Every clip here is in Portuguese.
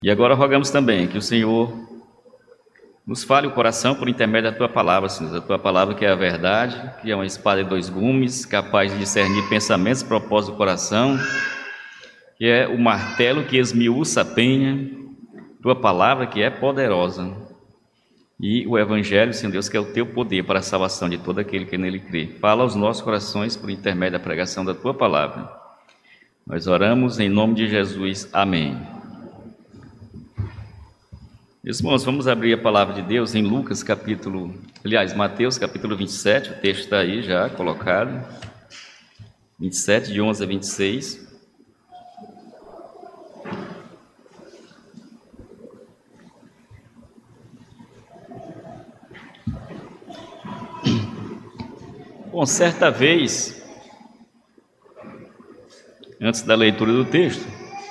E agora rogamos também que o Senhor nos fale o coração por intermédio da Tua Palavra, Senhor. A Tua Palavra que é a verdade, que é uma espada de dois gumes, capaz de discernir pensamentos e propósitos do coração, que é o martelo que esmiuça a penha, Tua Palavra que é poderosa. E o Evangelho, Senhor Deus, que é o Teu poder para a salvação de todo aquele que nele crê. Fala aos nossos corações por intermédio da pregação da Tua Palavra. Nós oramos em nome de Jesus. Amém. Meus irmãos, vamos abrir a palavra de Deus em Mateus capítulo 27, o texto está aí já colocado, 27, de 11 a 26. Bom, certa vez, antes da leitura do texto,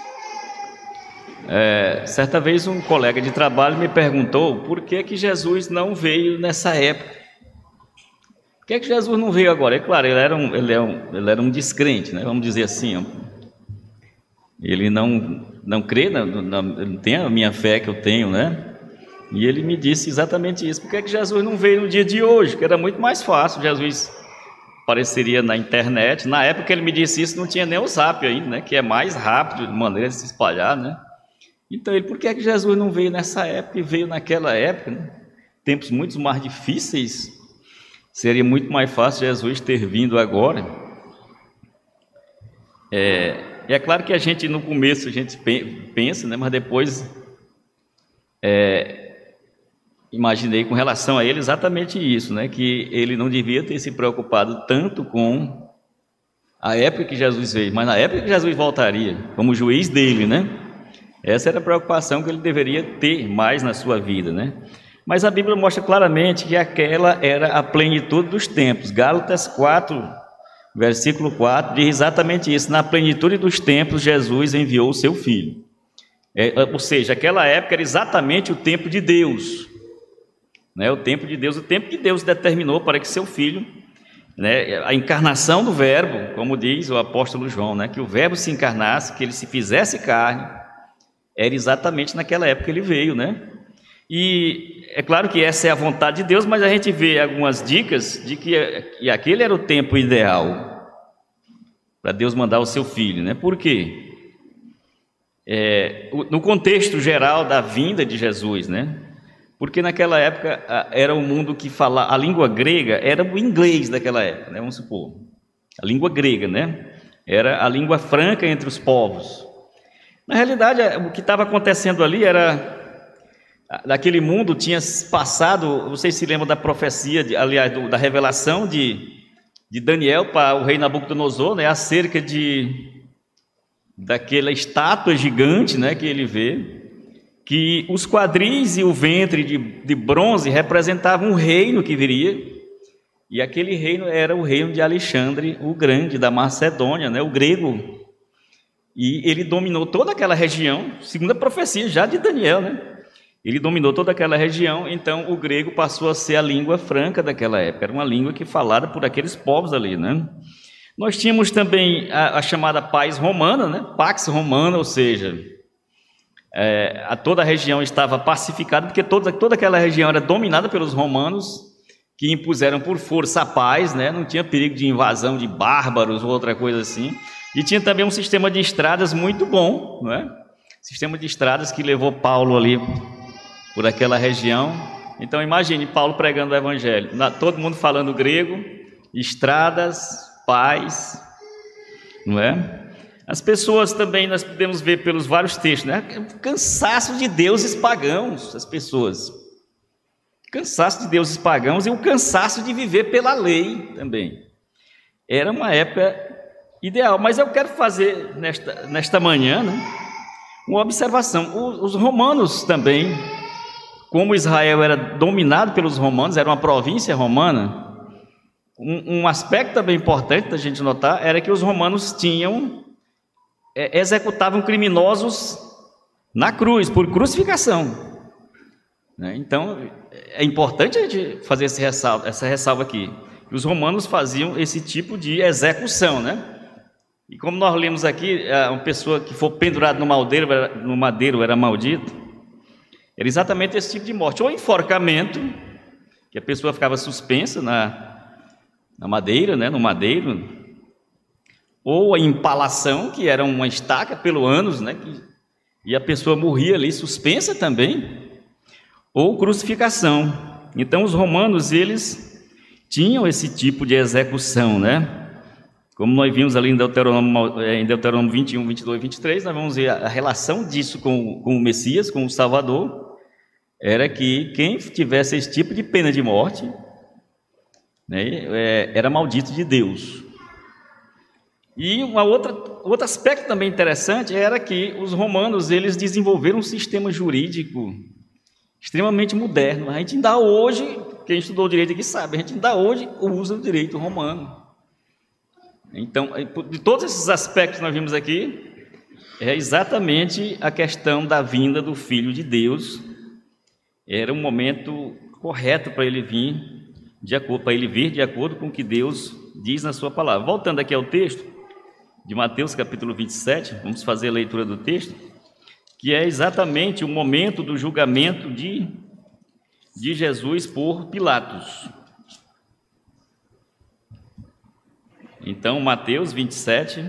certa vez um colega de trabalho me perguntou por que Jesus não veio nessa época. Por que Jesus não veio agora? É claro, ele era um descrente, né? Vamos dizer assim. Ele não crê, não tem a minha fé que eu tenho, né? E ele me disse exatamente isso. Por que Jesus não veio no dia de hoje? Que era muito mais fácil. Jesus apareceria na internet. Na época que ele me disse isso, não tinha nem o Zap ainda, né? Que é mais rápido de maneira de se espalhar, né? Então, por que Jesus não veio nessa época e veio naquela época, né? Tempos muito mais difíceis, seria muito mais fácil Jesus ter vindo agora. É claro que a gente, no começo, a gente pensa, né? Mas depois imaginei com relação a ele exatamente isso, né? Que ele não devia ter se preocupado tanto com a época que Jesus veio, mas na época que Jesus voltaria, como juiz dele, né? Essa era a preocupação que ele deveria ter mais na sua vida, né? Mas a Bíblia mostra claramente que aquela era a plenitude dos tempos. Gálatas 4, versículo 4, diz exatamente isso. Na plenitude dos tempos, Jesus enviou o seu Filho. Ou seja, aquela época era exatamente o tempo de Deus, né? O tempo de Deus, o tempo que Deus determinou para que seu Filho, né? A encarnação do Verbo, como diz o apóstolo João, né? Que o Verbo se encarnasse, que ele se fizesse carne. Era exatamente naquela época que ele veio, né? E é claro que essa é a vontade de Deus, mas a gente vê algumas dicas de que aquele era o tempo ideal para Deus mandar o seu Filho, né? Por quê? No contexto geral da vinda de Jesus, né? Porque naquela época era um mundo que falava, a língua grega era o inglês daquela época, né? Vamos supor, a língua grega, né? Era a língua franca entre os povos. Na realidade, o que estava acontecendo ali era, daquele mundo tinha passado, vocês se lembram da profecia, da revelação de Daniel para o rei Nabucodonosor, né, acerca daquela estátua gigante, né, que ele vê, que os quadris e o ventre de bronze representavam um reino que viria, e aquele reino era o reino de Alexandre o Grande, da Macedônia, né, o grego. E ele dominou toda aquela região, segundo a profecia já de Daniel, né? Ele dominou toda aquela região, então o grego passou a ser a língua franca daquela época, era uma língua que falada por aqueles povos ali, né? Nós tínhamos também a chamada Pax Romana, né? Pax Romana, ou seja, toda a região estava pacificada, porque toda aquela região era dominada pelos romanos, que impuseram por força a paz, né? Não tinha perigo de invasão de bárbaros ou outra coisa assim. E tinha também um sistema de estradas muito bom, não é? Sistema de estradas que levou Paulo ali por aquela região. Então imagine Paulo pregando o evangelho, todo mundo falando grego, estradas, paz, não é? As pessoas também, nós podemos ver pelos vários textos, né? Cansaço de deuses pagãos, as pessoas. Cansaço de deuses pagãos e o cansaço de viver pela lei também. Era uma época ideal, mas eu quero fazer nesta manhã, né, uma observação. Os romanos também, como Israel era dominado pelos romanos, era uma província romana, um aspecto também importante da gente notar era que os romanos executavam criminosos na cruz, por crucificação, né? Então é importante a gente fazer essa ressalva aqui. Os romanos faziam esse tipo de execução, né? E como nós lemos aqui, uma pessoa que for pendurada no madeiro era maldito. Era exatamente esse tipo de morte, ou enforcamento, que a pessoa ficava suspensa na madeira, né, no madeiro, ou a empalação, que era uma estaca pelo ânus, né, e a pessoa morria ali suspensa também, ou crucificação. Então os romanos, eles tinham esse tipo de execução, né? Como nós vimos ali em Deuteronômio 21, 22 e 23, nós vamos ver a relação disso com o Messias, com o Salvador, era que quem tivesse esse tipo de pena de morte, né, era maldito de Deus. E outro aspecto também interessante era que os romanos, eles desenvolveram um sistema jurídico extremamente moderno. A gente ainda hoje, quem estudou direito aqui sabe, a gente ainda hoje usa o direito romano. Então, de todos esses aspectos que nós vimos aqui, é exatamente a questão da vinda do Filho de Deus. Era um momento correto para ele vir de acordo com o que Deus diz na sua palavra. Voltando aqui ao texto de Mateus capítulo 27, vamos fazer a leitura do texto, que é exatamente o momento do julgamento de Jesus por Pilatos. Então, Mateus 27,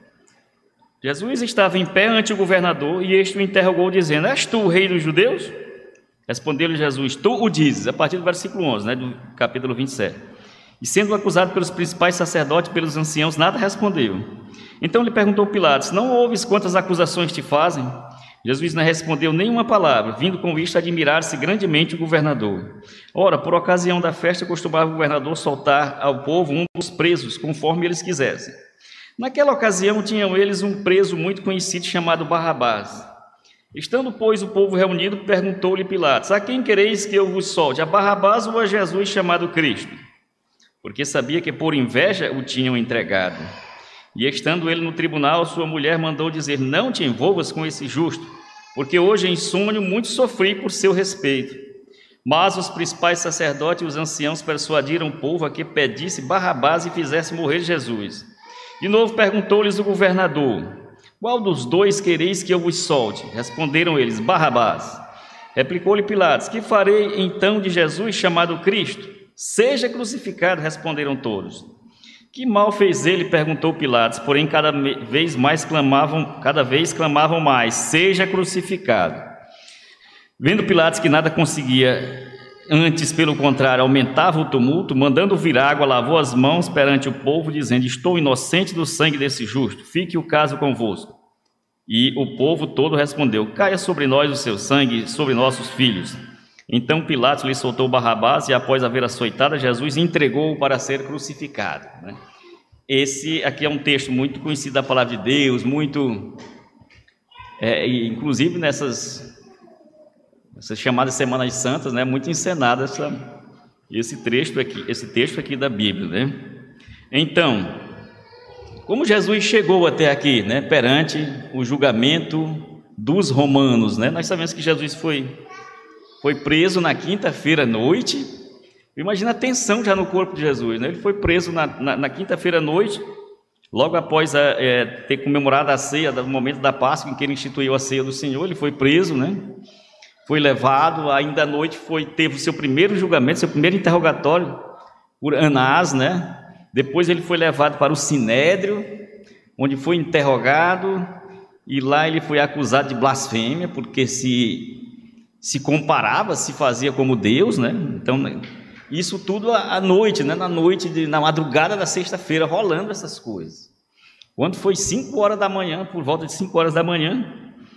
Jesus estava em pé ante o governador e este o interrogou dizendo: és tu o rei dos judeus? Respondeu-lhe Jesus: tu o dizes, a partir do versículo 11, né, do capítulo 27. E sendo acusado pelos principais sacerdotes e pelos anciãos, nada respondeu. Então lhe perguntou Pilatos: não ouves quantas acusações te fazem? Jesus não respondeu nenhuma palavra, vindo com isto admirar-se grandemente o governador. Ora, por ocasião da festa, costumava o governador soltar ao povo um dos presos, conforme eles quisessem. Naquela ocasião, tinham eles um preso muito conhecido, chamado Barrabás. Estando, pois, o povo reunido, perguntou-lhe Pilatos: a quem quereis que eu vos solte, a Barrabás ou a Jesus chamado Cristo? Porque sabia que por inveja o tinham entregado. E estando ele no tribunal, sua mulher mandou dizer: não te envolvas com esse justo, porque hoje em sonho muito sofri por seu respeito. Mas os principais sacerdotes e os anciãos persuadiram o povo a que pedisse Barrabás e fizesse morrer Jesus. De novo perguntou-lhes o governador: qual dos dois quereis que eu vos solte? Responderam eles: Barrabás. Replicou-lhe Pilatos: que farei então de Jesus chamado Cristo? Seja crucificado, responderam todos. Que mal fez ele? Perguntou Pilatos, porém cada vez clamavam mais: seja crucificado. Vendo Pilatos que nada conseguia, antes, pelo contrário, aumentava o tumulto, mandando vir água, lavou as mãos perante o povo, dizendo: estou inocente do sangue desse justo, fique o caso convosco. E o povo todo respondeu: caia sobre nós o seu sangue e sobre nossos filhos. Então Pilatos lhe soltou Barrabás e, após haver açoitado Jesus, entregou-o para ser crucificado. Esse aqui é um texto muito conhecido da palavra de Deus, muito, inclusive nessas chamadas Semanas Santas, né, muito encenada esse texto aqui da Bíblia, né? Então, como Jesus chegou até aqui, né, perante o julgamento dos romanos, né? Nós sabemos que Jesus foi preso na quinta-feira à noite. Imagina a tensão já no corpo de Jesus, né? Ele foi preso na quinta-feira à noite, logo após ter comemorado a ceia, no momento da Páscoa, em que ele instituiu a ceia do Senhor. Ele foi preso, né? Foi levado, ainda à noite teve o seu primeiro julgamento, seu primeiro interrogatório por Anás, né? Depois ele foi levado para o Sinédrio, onde foi interrogado, e lá ele foi acusado de blasfêmia, porque se comparava, se fazia como Deus, né? Então, isso tudo à noite, né? Na madrugada da sexta-feira, rolando essas coisas. Quando foi 5 horas da manhã, por volta de 5 horas da manhã,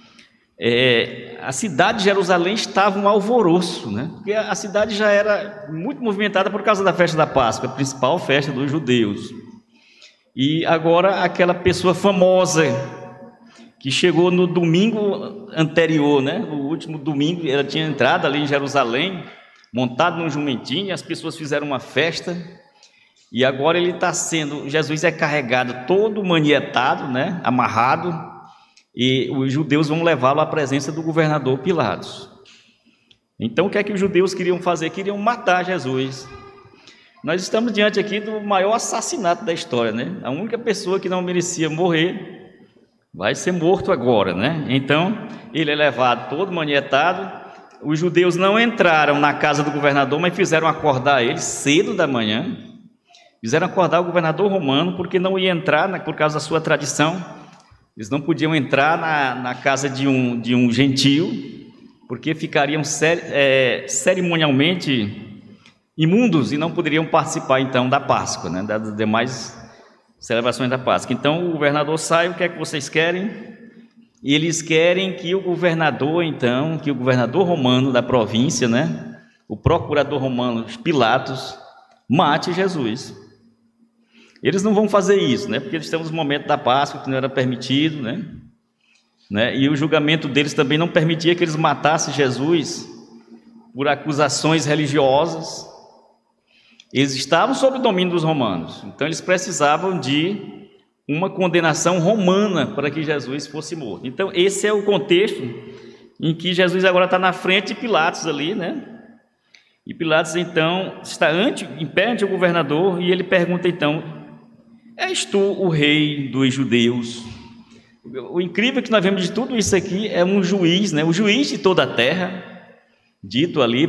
a cidade de Jerusalém estava um alvoroço, né? Porque a cidade já era muito movimentada por causa da festa da Páscoa, a principal festa dos judeus. E agora aquela pessoa famosa que chegou no domingo anterior, né? No último domingo, ela tinha entrado ali em Jerusalém, montado num jumentinho, e as pessoas fizeram uma festa, e agora Jesus é carregado todo manietado, né? Amarrado, e os judeus vão levá-lo à presença do governador Pilatos. Então, o que é que os judeus queriam fazer? Queriam matar Jesus. Nós estamos diante aqui do maior assassinato da história, né? A única pessoa que não merecia morrer vai ser morto agora, né? Então, ele é levado todo manietado. Os judeus não entraram na casa do governador, mas fizeram acordar ele cedo da manhã. Fizeram acordar o governador romano, porque não ia entrar, por causa da sua tradição. Eles não podiam entrar na casa de um gentio, porque ficariam cerimonialmente imundos e não poderiam participar, então, da Páscoa, né, das demais celebrações da Páscoa. Então, o governador sai, o que é que vocês querem? E eles querem que o governador, então, que o governador romano da província, né, o procurador romano Pilatos, mate Jesus. Eles não vão fazer isso, né, porque eles estão no momento da Páscoa, que não era permitido, né, e o julgamento deles também não permitia que eles matassem Jesus por acusações religiosas. Eles estavam sob o domínio dos romanos, então eles precisavam de uma condenação romana para que Jesus fosse morto. Então esse é o contexto em que Jesus agora está na frente de Pilatos ali, né? E Pilatos então está em pé ante o governador e ele pergunta então: és tu o rei dos judeus? O incrível é que nós vemos de tudo isso aqui é um juiz, né? O juiz de toda a terra, dito ali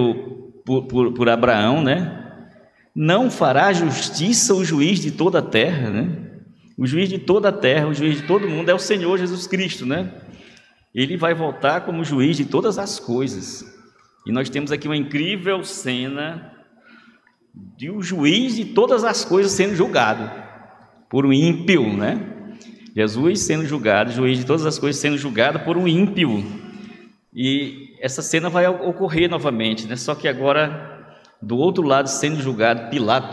por Abraão, né? Não fará justiça o juiz de toda a terra, né? O juiz de toda a terra, o juiz de todo mundo é o Senhor Jesus Cristo, né? Ele vai voltar como juiz de todas as coisas. E nós temos aqui uma incrível cena de o juiz de todas as coisas sendo julgado por um ímpio, né? Jesus sendo julgado, juiz de todas as coisas sendo julgado por um ímpio. E essa cena vai ocorrer novamente, né? Só que agora, do outro lado, sendo julgado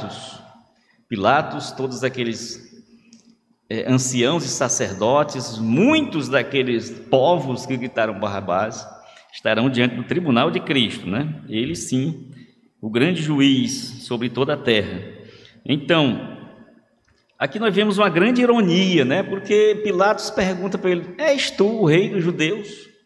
Pilatos, todos aqueles anciãos e sacerdotes, muitos daqueles povos que gritaram Barrabás, estarão diante do tribunal de Cristo, né? Ele sim, o grande juiz sobre toda a terra. Então, aqui nós vemos uma grande ironia, né? Porque Pilatos pergunta para ele: és tu o rei dos judeus?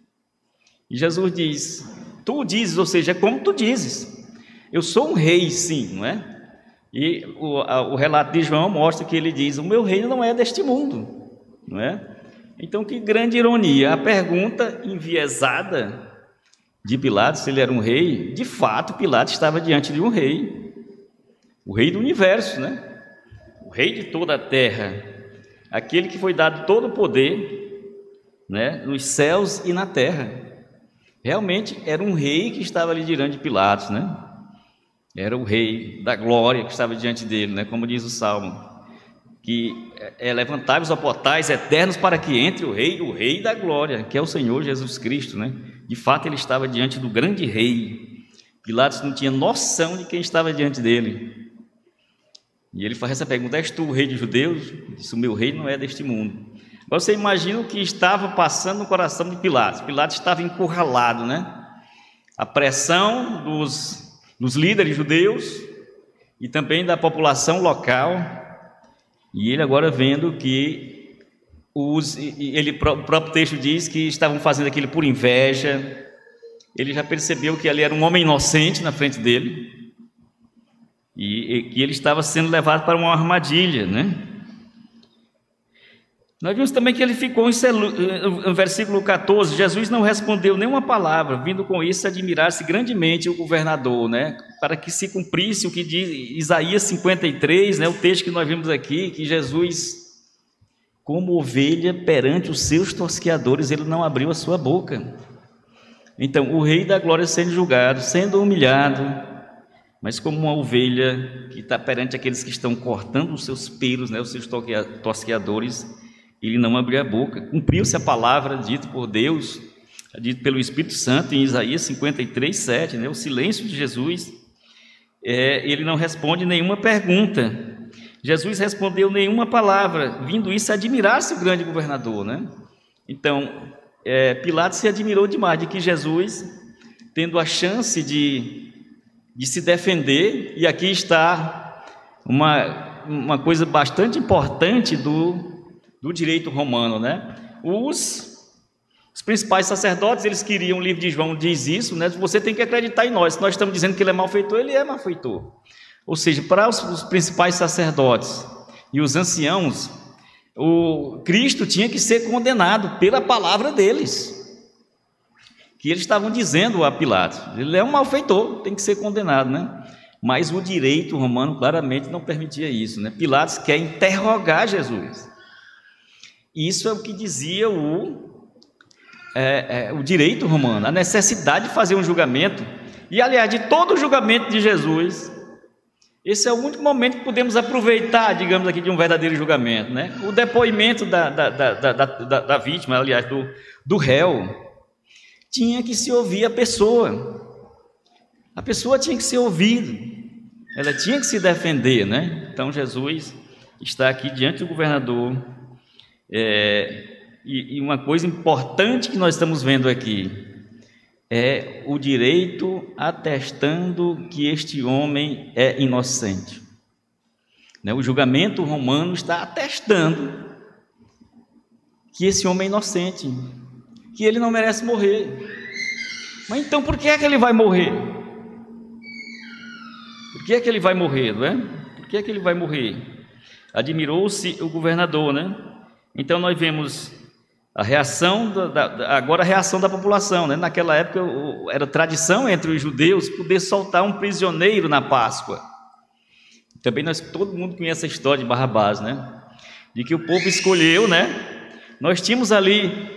E Jesus diz: tu dizes, ou seja, é como tu dizes. Eu sou um rei, sim, não é? E o relato de João mostra que ele diz: o meu reino não é deste mundo, não é? Então, que grande ironia. A pergunta enviesada de Pilatos, se ele era um rei, de fato, Pilatos estava diante de um rei, o rei do universo, né? O rei de toda a terra, aquele que foi dado todo o poder, né, nos céus e na terra. Realmente era um rei que estava ali diante de Pilatos, né? Era o rei da glória que estava diante dele, né? Como diz o Salmo, que levantai-vos, ó portais eternos, para que entre o rei da glória, que é o Senhor Jesus Cristo, né? De fato, ele estava diante do grande rei. Pilatos não tinha noção de quem estava diante dele. E ele faz essa pergunta: és tu o rei dos judeus? Ele disse: o meu rei não é deste mundo. Agora você imagina o que estava passando no coração de Pilatos. Pilatos estava encurralado, né? A pressão dos líderes judeus e também da população local, e ele agora vendo que o próprio texto diz que estavam fazendo aquilo por inveja. Ele já percebeu que ali era um homem inocente na frente dele e que ele estava sendo levado para uma armadilha, né? Nós vimos também que ele ficou no versículo 14, Jesus não respondeu nenhuma palavra, vindo com isso admirar-se grandemente o governador, né? Para que se cumprisse o que diz Isaías 53, né? O texto que nós vimos aqui, que Jesus, como ovelha perante os seus tosqueadores, ele não abriu a sua boca. Então, o rei da glória sendo julgado, sendo humilhado, mas como uma ovelha que está perante aqueles que estão cortando os seus pelos, né? Os seus tosqueadores, ele não abriu a boca. Cumpriu-se a palavra dita por Deus, dita pelo Espírito Santo em Isaías 53, 7, né? O silêncio de Jesus, ele não responde nenhuma pergunta. Jesus respondeu nenhuma palavra, vindo isso a admirar-se o grande governador, né? Então, Pilatos se admirou demais de que Jesus, tendo a chance de se defender, e aqui está uma coisa bastante importante do direito romano, né? Os principais sacerdotes, eles queriam, o livro de João diz isso, né? Você tem que acreditar em nós. Se nós estamos dizendo que ele é malfeitor, ele é malfeitor. Ou seja, para os principais sacerdotes e os anciãos, o Cristo tinha que ser condenado pela palavra deles, que eles estavam dizendo a Pilatos: ele é um malfeitor, tem que ser condenado, né? Mas o direito romano claramente não permitia isso, né? Pilatos quer interrogar Jesus. Isso é o que dizia o direito romano, a necessidade de fazer um julgamento. E, aliás, de todo o julgamento de Jesus, esse é o único momento que podemos aproveitar, digamos aqui, de um verdadeiro julgamento, né? O depoimento da vítima, aliás, do réu, tinha que se ouvir a pessoa. A pessoa tinha que ser ouvida, ela tinha que se defender, né? Então Jesus está aqui diante do governador, e uma coisa importante que nós estamos vendo aqui é o direito atestando que este homem é inocente, né? O julgamento romano está atestando que esse homem é inocente, que ele não merece morrer. Mas então por que é que ele vai morrer? Por que é que ele vai morrer, não é? Por que é que ele vai morrer? Admirou-se o governador, né? Então nós vemos a reação, agora a reação da população, né? Naquela época era tradição entre os judeus poder soltar um prisioneiro na Páscoa. Também todo mundo conhece a história de Barrabás, né? De que o povo escolheu, né? Nós tínhamos ali,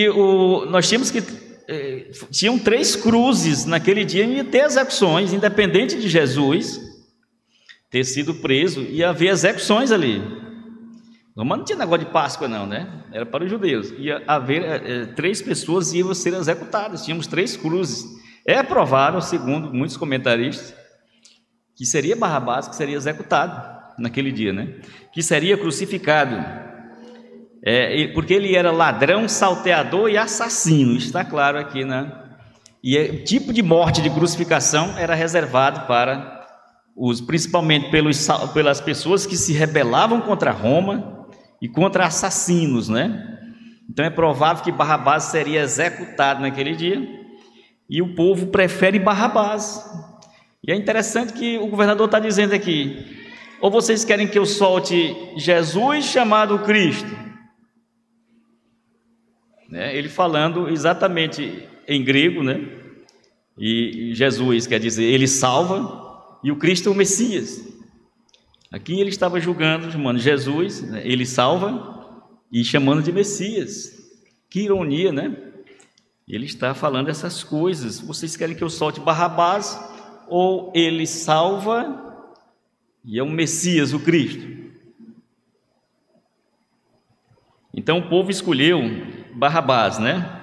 tinham 3 cruzes naquele dia, ia ter execuções, independente de Jesus ter sido preso, ia haver execuções ali. Mas não tinha negócio de Páscoa não, né? Era para os judeus. Ia haver 3 pessoas iam ser executadas. Tínhamos 3 cruzes. É provável, segundo muitos comentaristas, que seria Barrabás que seria executado naquele dia, né? Que seria crucificado, porque ele era ladrão, salteador e assassino. Está claro aqui, né? E o tipo de morte de crucificação era reservado para principalmente pelas pessoas que se rebelavam contra Roma e contra assassinos, né? Então é provável que Barrabás seria executado naquele dia, e o povo prefere Barrabás. E é interessante que o governador está dizendo aqui: ou vocês querem que eu solte Jesus chamado Cristo? Né? Ele falando exatamente em grego, né? E Jesus quer dizer ele salva, e o Cristo é o Messias. Aqui ele estava julgando, chamando Jesus, né? Ele salva, e chamando de Messias. Que ironia, né? Ele está falando essas coisas. Vocês querem que eu solte Barrabás, ou ele salva e é o Messias, o Cristo? Então o povo escolheu Barrabás, né?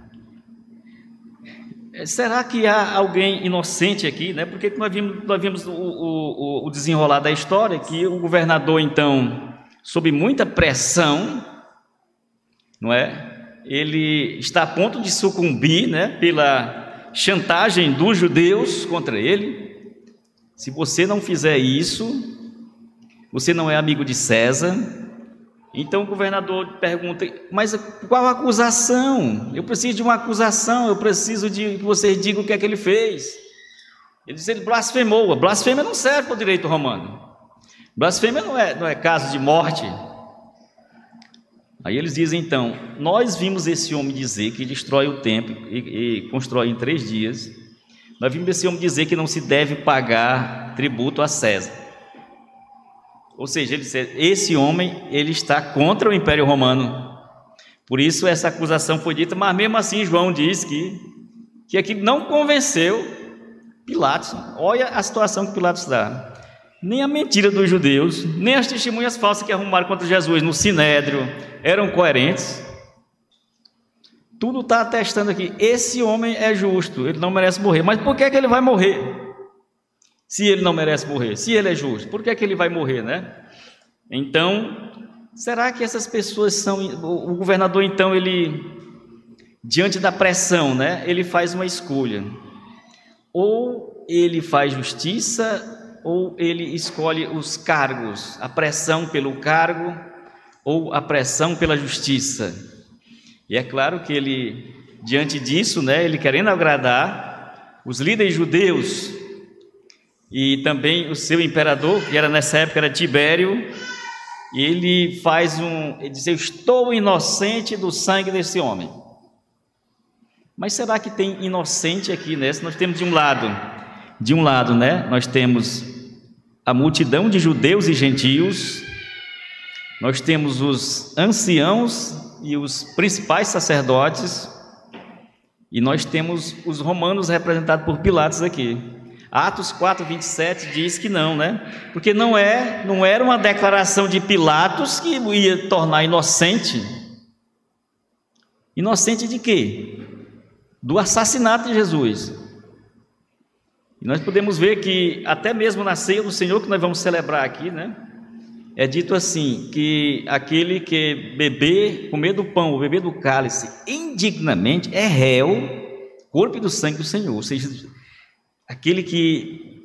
Será que há alguém inocente aqui, né? Porque nós vimos o desenrolar da história, que o governador, então, sob muita pressão, não é? Ele está a ponto de sucumbir, né? Pela chantagem dos judeus contra ele. Se você não fizer isso, você não é amigo de César. Então o governador pergunta: mas qual a acusação? Eu preciso de uma acusação, eu preciso de que vocês digam o que é que ele fez. Ele diz: ele blasfemou. A blasfêmia não serve para o direito romano. Blasfêmia não é caso de morte. Aí eles dizem então: nós vimos esse homem dizer que destrói o templo e constrói em 3 dias. Nós vimos esse homem dizer que não se deve pagar tributo a César. Ou seja, ele disse: esse homem, ele está contra o Império Romano. Por isso essa acusação foi dita, mas mesmo assim João diz que aquilo não convenceu Pilatos. Olha a situação que Pilatos dá. Nem a mentira dos judeus, nem as testemunhas falsas que arrumaram contra Jesus no Sinédrio eram coerentes. Tudo está atestando aqui: esse homem é justo, ele não merece morrer. Mas por que ele vai morrer? Se ele não merece morrer, se ele é justo, por que ele vai morrer, né? Então, será que essas pessoas são... O governador, então, ele, diante da pressão, né? Ele faz uma escolha. Ou ele faz justiça, ou ele escolhe os cargos, a pressão pelo cargo, ou a pressão pela justiça. E é claro que ele, diante disso, né? Ele querendo agradar os líderes judeus, e também o seu imperador, que era nessa época era Tibério, e ele diz: eu estou inocente do sangue desse homem. Mas será que tem inocente aqui nessa? Nós temos de um lado, né? Nós temos a multidão de judeus e gentios, nós temos os anciãos e os principais sacerdotes, e nós temos os romanos representados por Pilatos aqui. Atos 4:27 diz que não, né? Porque não era uma declaração de Pilatos que ia tornar inocente. Inocente de quê? Do assassinato de Jesus. E nós podemos ver que até mesmo na ceia do Senhor, que nós vamos celebrar aqui, né? É dito assim, que aquele que comer do pão ou beber do cálice indignamente é réu, corpo e do sangue do Senhor. Ou seja, aquele que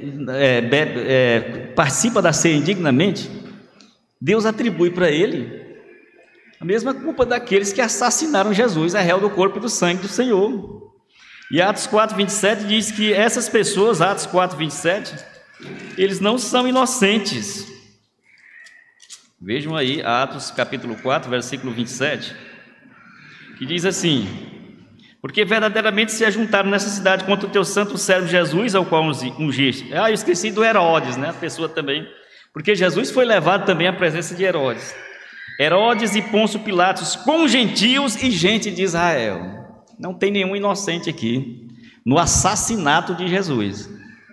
participa da ceia indignamente, Deus atribui para ele a mesma culpa daqueles que assassinaram Jesus, é réu do corpo e do sangue do Senhor. E Atos 4:27 diz que essas pessoas, Atos 4:27, eles não são inocentes. Vejam aí, Atos capítulo 4, versículo 27, que diz assim: porque verdadeiramente se ajuntaram nessa cidade contra o teu santo servo Jesus, ao qual ungiste. Eu esqueci do Herodes, né? A pessoa também, porque Jesus foi levado também à presença de Herodes. Herodes e Pôncio Pilatos, com gentios e gente de Israel. Não tem nenhum inocente aqui no assassinato de Jesus.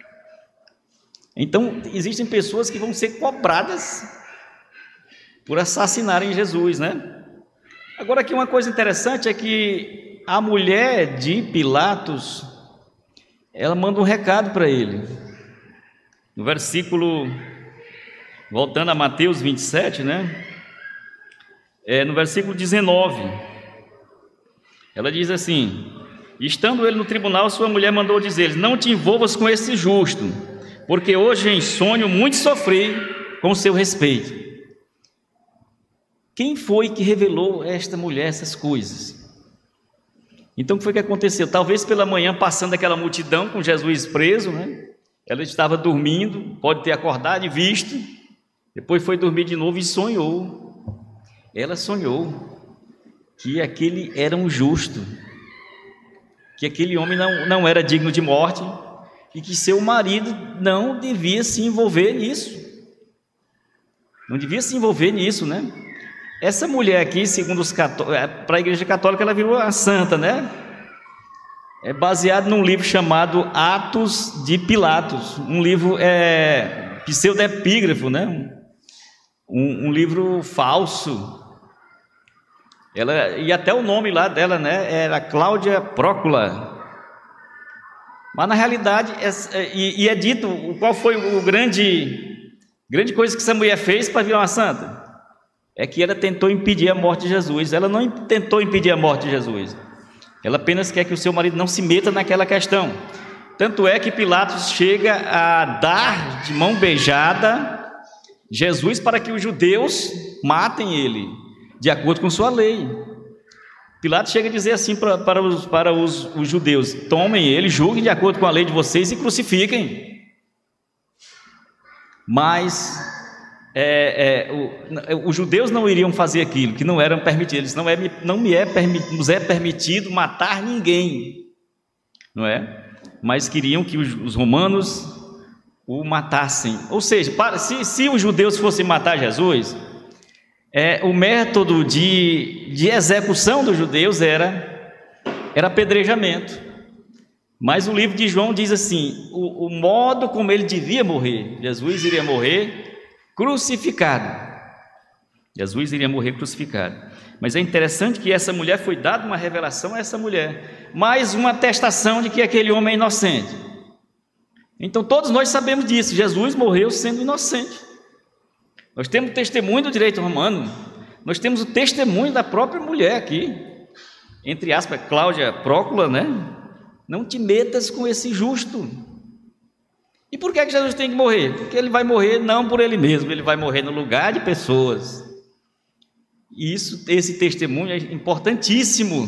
Então, existem pessoas que vão ser cobradas por assassinarem Jesus, né? Agora, aqui uma coisa interessante é que a mulher de Pilatos, ela manda um recado para ele. No versículo, voltando a Mateus 27, né? No versículo 19, ela diz assim: estando ele no tribunal, sua mulher mandou dizer-lhe: não te envolvas com esse justo, porque hoje em sonho muito sofri com seu respeito. Quem foi que revelou a esta mulher essas coisas? Então, o que foi que aconteceu? Talvez pela manhã, passando aquela multidão com Jesus preso, né? Ela estava dormindo, pode ter acordado e visto, depois foi dormir de novo e sonhou. Ela sonhou que aquele era um justo, que aquele homem não era digno de morte e que seu marido não devia se envolver nisso. Não devia se envolver nisso, né? Essa mulher aqui, segundo os católicos, para a Igreja Católica, ela virou a santa, né? É baseado num livro chamado Atos de Pilatos, um livro pseudepígrafo, né? Um livro falso. E até o nome lá dela, né, era Cláudia Prócula. Mas na realidade, é dito qual foi o grande coisa que essa mulher fez para virar uma santa. É que ela tentou impedir a morte de Jesus. Ela não tentou impedir a morte de Jesus. Ela apenas quer que o seu marido não se meta naquela questão. Tanto é que Pilatos chega a dar de mão beijada Jesus para que os judeus matem ele, de acordo com sua lei. Pilatos chega a dizer assim para os judeus: tomem ele, julguem de acordo com a lei de vocês e crucifiquem. Mas os judeus não iriam fazer aquilo, que não eram permitidos. Nos é permitido matar ninguém, não é? Mas queriam que os romanos o matassem. Ou seja, se os judeus fossem matar Jesus, o método de execução dos judeus era apedrejamento. Mas o livro de João diz assim: o modo como ele devia morrer, Jesus iria morrer crucificado. Jesus iria morrer crucificado. Mas é interessante que essa mulher foi dada uma revelação a essa mulher, mais uma atestação de que aquele homem é inocente. Então todos nós sabemos disso, Jesus morreu sendo inocente. Nós temos o testemunho do direito romano, nós temos o testemunho da própria mulher aqui, entre aspas, Cláudia Prócula, né? Não te metas com esse justo. E por que Jesus tem que morrer? Porque ele vai morrer não por ele mesmo, ele vai morrer no lugar de pessoas. E esse testemunho é importantíssimo,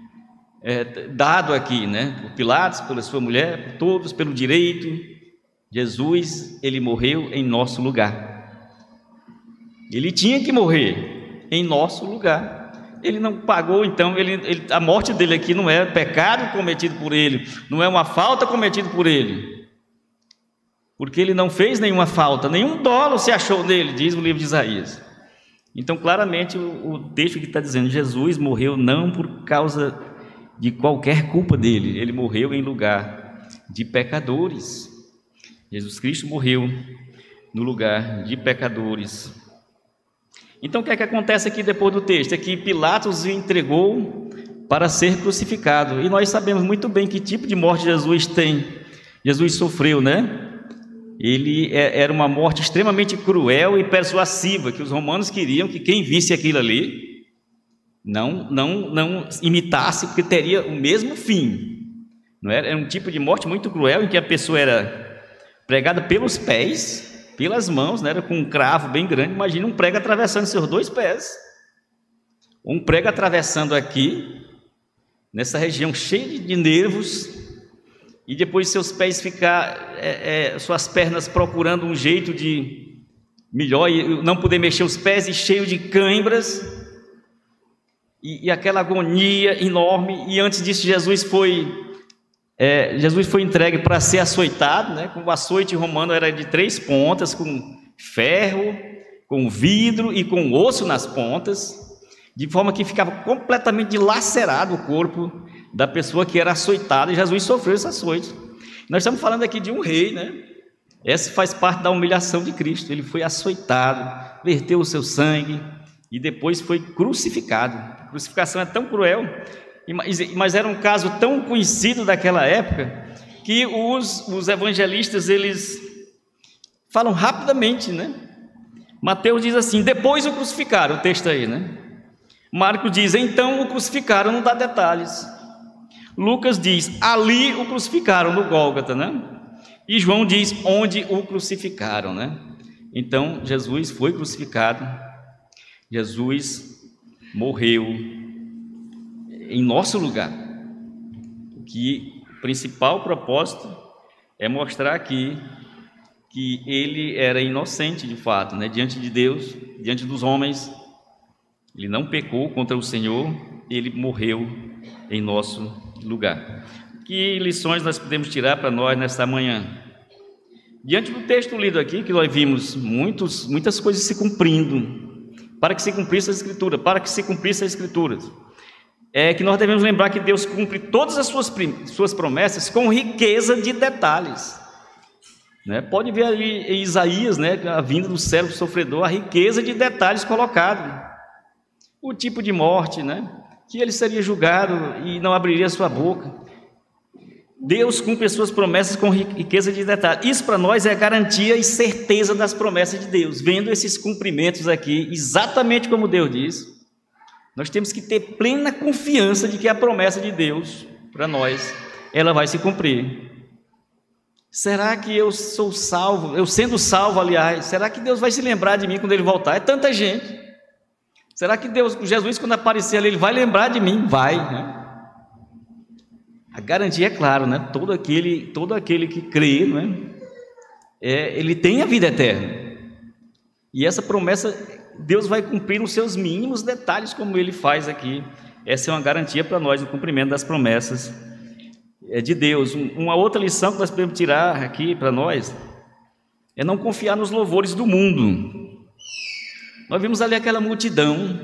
dado aqui, né? Por Pilatos, pela sua mulher, por todos, pelo direito. Jesus, ele morreu em nosso lugar. Ele tinha que morrer em nosso lugar. Ele não pagou, então, a morte dele aqui não é pecado cometido por ele, não é uma falta cometida por ele, porque ele não fez nenhuma falta, nenhum dolo se achou nele, diz o livro de Isaías. Então, claramente, o texto que está dizendo, Jesus morreu não por causa de qualquer culpa dele, ele morreu em lugar de pecadores. Jesus Cristo morreu no lugar de pecadores. Então, o que é que acontece aqui depois do texto? É que Pilatos o entregou para ser crucificado. E nós sabemos muito bem que tipo de morte Jesus tem. Jesus sofreu, né? Ele era uma morte extremamente cruel e persuasiva, que os romanos queriam que quem visse aquilo ali não imitasse, porque teria o mesmo fim. Não era? Era um tipo de morte muito cruel, em que a pessoa era pregada pelos pés, pelas mãos, né? Era com um cravo bem grande. Imagina um prego atravessando seus 2 pés, um prego atravessando aqui, nessa região cheia de nervos, e depois seus pés ficar, suas pernas procurando um jeito de melhor, e não poder mexer os pés, e cheio de cãibras, e aquela agonia enorme. E antes disso Jesus foi entregue para ser açoitado, né? Com o açoite romano era de 3 pontas, com ferro, com vidro e com osso nas pontas, de forma que ficava completamente dilacerado o corpo da pessoa que era açoitada, e Jesus sofreu esse açoite. Nós estamos falando aqui de um rei, né? Essa faz parte da humilhação de Cristo. Ele foi açoitado, verteu o seu sangue e depois foi crucificado. A crucificação é tão cruel, mas era um caso tão conhecido daquela época, que os evangelistas, eles falam rapidamente, né? Mateus diz assim, depois o crucificaram, o texto aí, né? Marcos diz, então o crucificaram, não dá detalhes. Lucas diz, ali o crucificaram, no Gólgota, né? E João diz, onde o crucificaram, né? Então, Jesus foi crucificado, Jesus morreu em nosso lugar. Que o principal propósito é mostrar aqui que ele era inocente de fato, né? Diante de Deus, diante dos homens. Ele não pecou contra o Senhor, ele morreu em nosso lugar. Que lições nós podemos tirar para nós nesta manhã? Diante do texto lido aqui, que nós vimos muitas coisas se cumprindo, para que se cumprisse a Escritura, é que nós devemos lembrar que Deus cumpre todas as suas promessas com riqueza de detalhes, né? Pode ver ali em Isaías, né, a vinda do servo sofredor, a riqueza de detalhes colocado. O tipo de morte, né? Que ele seria julgado e não abriria sua boca. Deus cumpre as suas promessas com riqueza de detalhes. Isso para nós é garantia e certeza das promessas de Deus. Vendo esses cumprimentos aqui, exatamente como Deus diz, nós temos que ter plena confiança de que a promessa de Deus para nós, ela vai se cumprir. Será que eu sou salvo? Eu sendo salvo, aliás, será que Deus vai se lembrar de mim quando Ele voltar? É tanta gente. Será que Jesus, quando aparecer ali, Ele vai lembrar de mim? Vai, né? A garantia é claro, né? Todo aquele que crê, né? Ele tem a vida eterna. E essa promessa, Deus vai cumprir nos seus mínimos detalhes, como Ele faz aqui. Essa é uma garantia para nós, no cumprimento das promessas de Deus. Uma outra lição que nós podemos tirar aqui para nós é não confiar nos louvores do mundo. Nós vimos ali aquela multidão,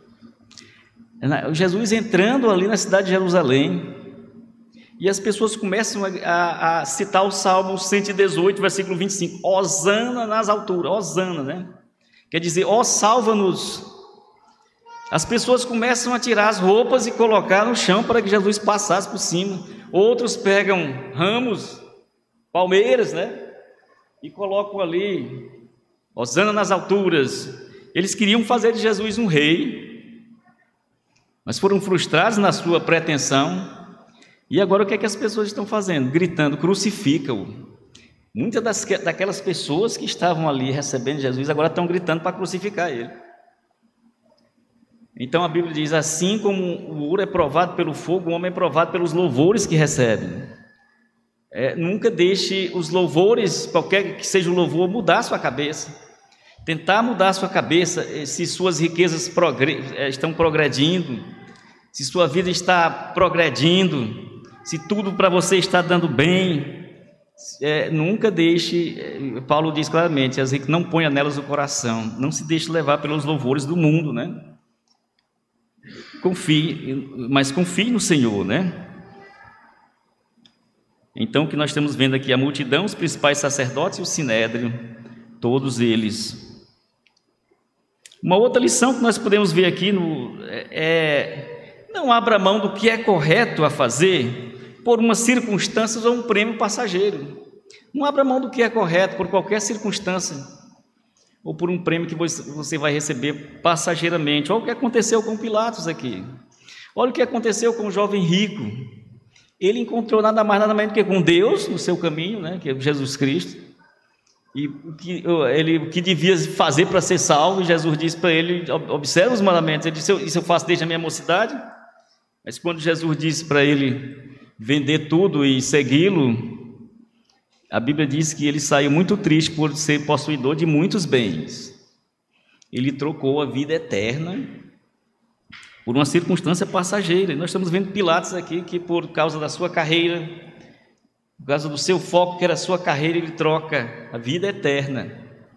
Jesus entrando ali na cidade de Jerusalém, e as pessoas começam a citar o Salmo 118, versículo 25, Hosana nas alturas, Hosana, né? Quer dizer, ó, salva-nos. As pessoas começam a tirar as roupas e colocar no chão para que Jesus passasse por cima. Outros pegam ramos, palmeiras, né? E colocam ali, Hosana nas alturas. Eles queriam fazer de Jesus um rei, mas foram frustrados na sua pretensão. E agora o que é que as pessoas estão fazendo? Gritando, crucifica-o. Muitas daquelas pessoas que estavam ali recebendo Jesus agora estão gritando para crucificar ele. Então a Bíblia diz, assim como o ouro é provado pelo fogo, o homem é provado pelos louvores que recebe. Nunca deixe os louvores, qualquer que seja o louvor, mudar a sua cabeça. Tentar mudar a sua cabeça, se suas riquezas estão progredindo, se sua vida está progredindo, se tudo para você está dando bem, nunca deixe, Paulo diz claramente, as riquezas não ponha nelas o coração, não se deixe levar pelos louvores do mundo, né? Mas confie no Senhor, né? Então, o que nós estamos vendo aqui, a multidão, os principais sacerdotes e o sinédrio, todos eles. Uma outra lição que nós podemos ver aqui não abra mão do que é correto a fazer por umas circunstâncias ou um prêmio passageiro. Não abra mão do que é correto por qualquer circunstância ou por um prêmio que você vai receber passageiramente. Olha o que aconteceu com Pilatos aqui. Olha o que aconteceu com o jovem rico. Ele encontrou nada mais, nada menos do que com Deus no seu caminho, né, que é Jesus Cristo. E o que devia fazer para ser salvo, e Jesus disse para ele, observa os mandamentos. Ele disse, isso eu faço desde a minha mocidade. Mas quando Jesus disse para ele vender tudo e segui-lo, a Bíblia diz que ele saiu muito triste por ser possuidor de muitos bens. Ele trocou a vida eterna por uma circunstância passageira. E nós estamos vendo Pilatos aqui, que por causa da sua carreira, por causa do seu foco, que era a sua carreira, ele troca a vida eterna.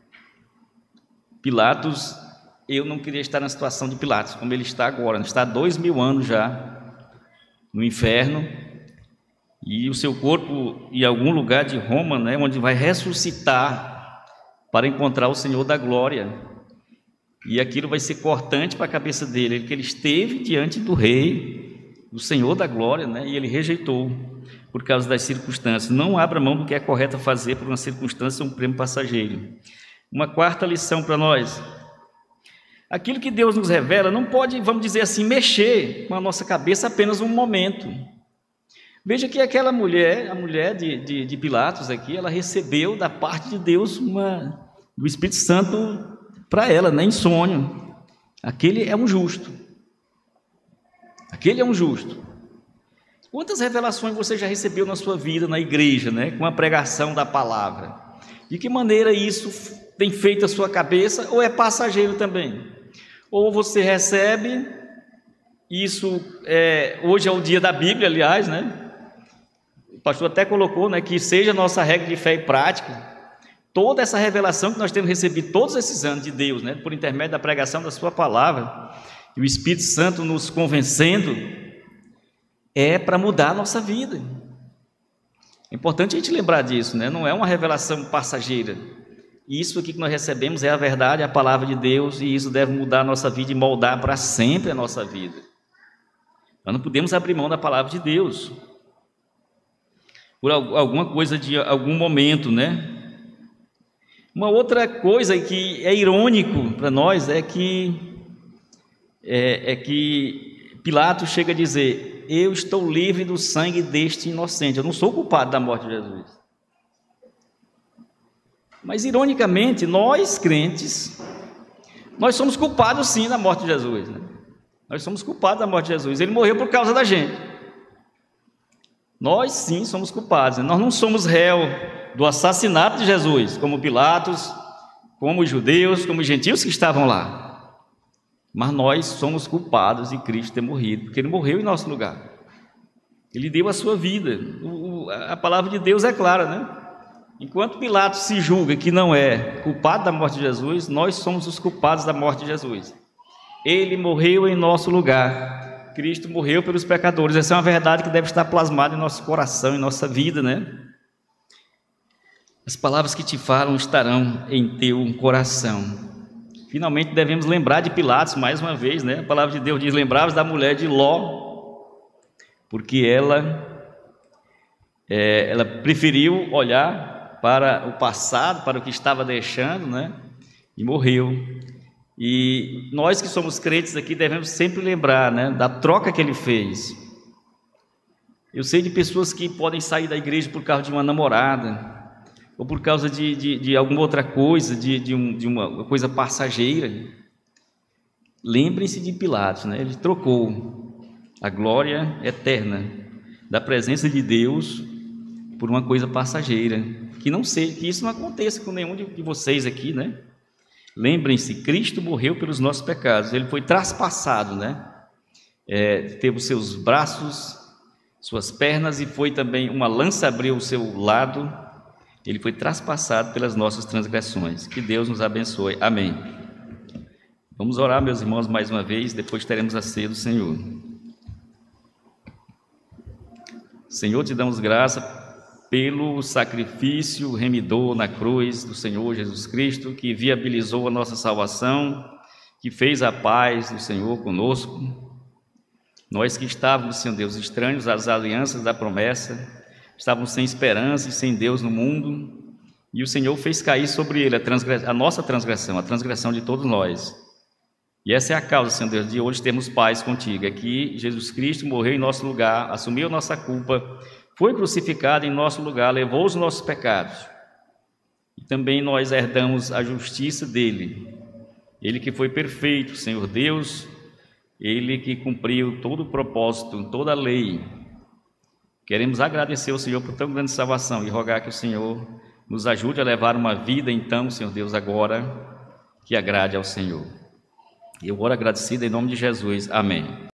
Pilatos, eu não queria estar na situação de Pilatos, como ele está agora. Ele está há 2000 anos já no inferno, e o seu corpo em algum lugar de Roma, né, onde vai ressuscitar para encontrar o Senhor da glória. E aquilo vai ser cortante para a cabeça dele, que ele esteve diante do rei, do Senhor da glória, né, e ele rejeitou por causa das circunstâncias. Não abra mão do que é correto fazer por uma circunstância ou um prêmio passageiro. Uma quarta lição para nós: aquilo que Deus nos revela não pode, vamos dizer assim, mexer com a nossa cabeça apenas um momento. Veja que aquela mulher, a mulher de Pilatos aqui, ela recebeu da parte de Deus do Espírito Santo para ela, né, em sonho. Aquele é um justo. Aquele é um justo. Quantas revelações você já recebeu na sua vida, na igreja, né, com a pregação da palavra? De que maneira isso tem feito a sua cabeça, ou é passageiro também? Ou você recebe, isso hoje é o dia da Bíblia, aliás, né? O pastor até colocou, né, que seja a nossa regra de fé e prática. Toda essa revelação que nós temos recebido todos esses anos de Deus, né, por intermédio da pregação da sua palavra, e o Espírito Santo nos convencendo, é para mudar a nossa vida. É importante a gente lembrar disso, né? Não é uma revelação passageira. Isso aqui que nós recebemos é a verdade, a palavra de Deus, e isso deve mudar a nossa vida e moldar para sempre a nossa vida. Nós não podemos abrir mão da palavra de Deus por alguma coisa de algum momento, né? Uma outra coisa que é irônico para nós é que Pilatos chega a dizer: eu estou livre do sangue deste inocente, eu não sou culpado da morte de Jesus. Mas, ironicamente, nós crentes, nós somos culpados sim da morte de Jesus, né? Nós somos culpados da morte de Jesus, ele morreu por causa da gente. Nós sim somos culpados, né? Nós não somos réu do assassinato de Jesus, como Pilatos, como os judeus, como os gentios que estavam lá. Mas nós somos culpados de Cristo ter morrido, porque ele morreu em nosso lugar. Ele deu a sua vida. A palavra de Deus é clara, né? Enquanto Pilatos se julga que não é culpado da morte de Jesus, nós somos os culpados da morte de Jesus. Ele morreu em nosso lugar. Cristo morreu pelos pecadores. Essa é uma verdade que deve estar plasmada em nosso coração, em nossa vida, né? As palavras que te falam estarão em teu coração. Finalmente devemos lembrar de Pilatos mais uma vez, né? A palavra de Deus diz: lembrai-vos da mulher de Ló, porque ela preferiu olhar para o passado, para o que estava deixando, né? E morreu. E nós que somos crentes aqui devemos sempre lembrar, né, da troca que ele fez. Eu sei de pessoas que podem sair da igreja por causa de uma namorada, ou por causa de alguma outra coisa, de uma coisa passageira. Lembrem-se de Pilatos, né? Ele trocou a glória eterna da presença de Deus por uma coisa passageira, que isso não aconteça com nenhum de vocês aqui, né? Lembrem-se, Cristo morreu pelos nossos pecados, ele foi traspassado, né? Teve os seus braços, suas pernas, e foi também uma lança abriu o seu lado. Ele foi traspassado pelas nossas transgressões. Que Deus nos abençoe. Amém. Vamos orar, meus irmãos, mais uma vez, depois teremos a ceia do Senhor. Senhor, te damos graça pelo sacrifício remidor na cruz do Senhor Jesus Cristo, que viabilizou a nossa salvação, que fez a paz do Senhor conosco. Nós que estávamos, Senhor Deus, estranhos às alianças da promessa, estávamos sem esperança e sem Deus no mundo, e o Senhor fez cair sobre ele a nossa transgressão, a transgressão de todos nós. E essa é a causa, Senhor Deus, de hoje termos paz contigo, é que Jesus Cristo morreu em nosso lugar, assumiu nossa culpa, foi crucificado em nosso lugar, levou os nossos pecados, e também nós herdamos a justiça dele, ele que foi perfeito, Senhor Deus, ele que cumpriu todo o propósito, toda a lei. Queremos agradecer ao Senhor por tão grande salvação e rogar que o Senhor nos ajude a levar uma vida, então, Senhor Deus, agora, que agrade ao Senhor. Eu oro agradecido em nome de Jesus. Amém.